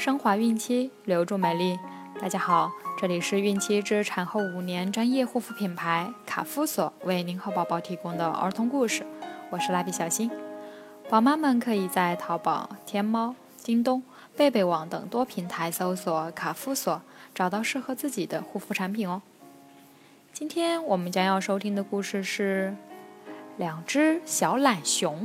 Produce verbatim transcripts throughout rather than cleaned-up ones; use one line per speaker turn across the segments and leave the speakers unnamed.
升华孕期，留住美丽。大家好，这里是孕期至产后五年专业护肤品牌卡夫索为您和宝宝提供的儿童故事，我是蜡笔小新。宝妈们可以在淘宝、天猫、京东、贝贝网等多平台搜索卡夫索，找到适合自己的护肤产品哦。今天我们将要收听的故事是两只小懒熊。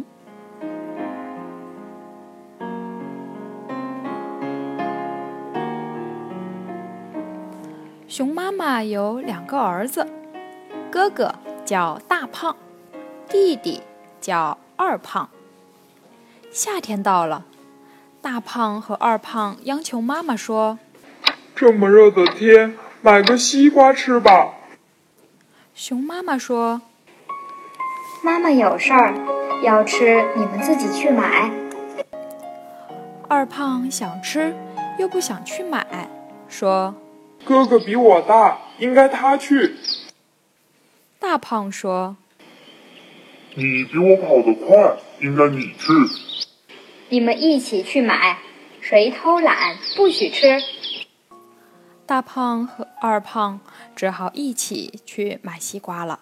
熊妈妈有两个儿子，哥哥叫大胖，弟弟叫二胖。夏天到了，大胖和二胖央求妈妈说：“
这么热的天，买个西瓜吃吧。”
熊妈妈说：“
妈妈有事儿，要吃你们自己去买。”
二胖想吃，又不想去买，说：“
哥哥比我大，应该他去。”
大胖说：“
你比我跑得快，应该你去。”
你们一起去买，谁偷懒不许吃。
大胖和二胖只好一起去买西瓜了。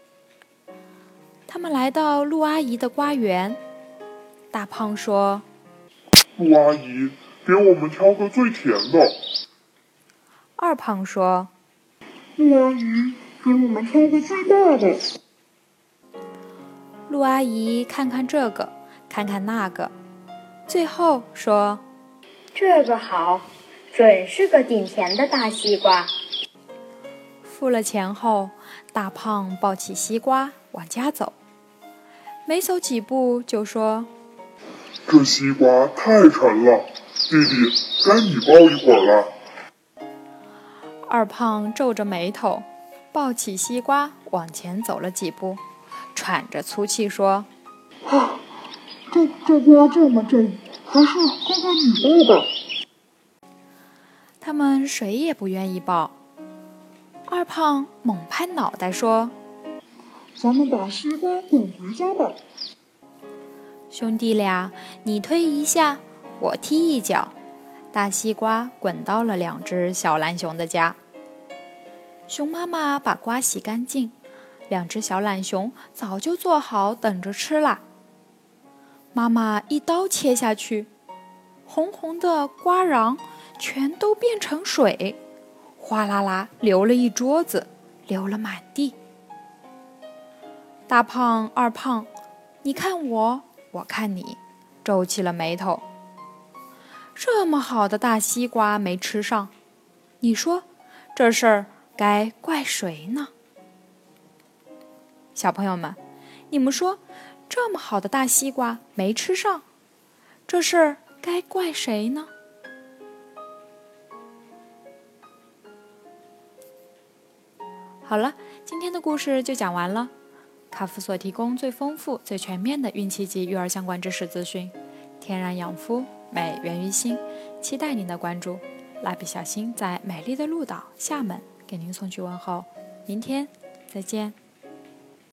他们来到陆阿姨的瓜园，大胖说：“
陆阿姨，给我们挑个最甜的。”
二胖说：“
陆阿姨，给我们挑个最大的。”
陆阿姨看看这个，看看那个，最后说：“
这个好，准是个顶甜的大西瓜。”
付了钱后，大胖抱起西瓜往家走，没走几步就说：“
这西瓜太沉了，弟弟，该你抱一会儿了。”
二胖皱着眉头，抱起西瓜往前走了几步，喘着粗气说：“
啊，这这瓜这么重，还是哥哥你抱吧。”
他们谁也不愿意抱。二胖猛拍脑袋说：“
咱们把西瓜滚回家吧。”
兄弟俩你推一下，我踢一脚，大西瓜滚到了两只小懒熊的家。熊妈妈把瓜洗干净，两只小懒熊早就做好等着吃啦。妈妈一刀切下去，红红的瓜瓤全都变成水，哗啦啦流了一桌子，流了满地。大胖二胖，你看我，我看你，皱起了眉头。这么好的大西瓜没吃上，你说这事儿该怪谁呢？小朋友们，你们说这么好的大西瓜没吃上，这事儿该怪谁呢？好了，今天的故事就讲完了。卡夫所提供最丰富、最全面的孕期及育儿相关知识资讯，天然养肤，美源于心，期待您的关注。蜡笔小新在美丽的鹭岛厦门给您送去问候，明天再见。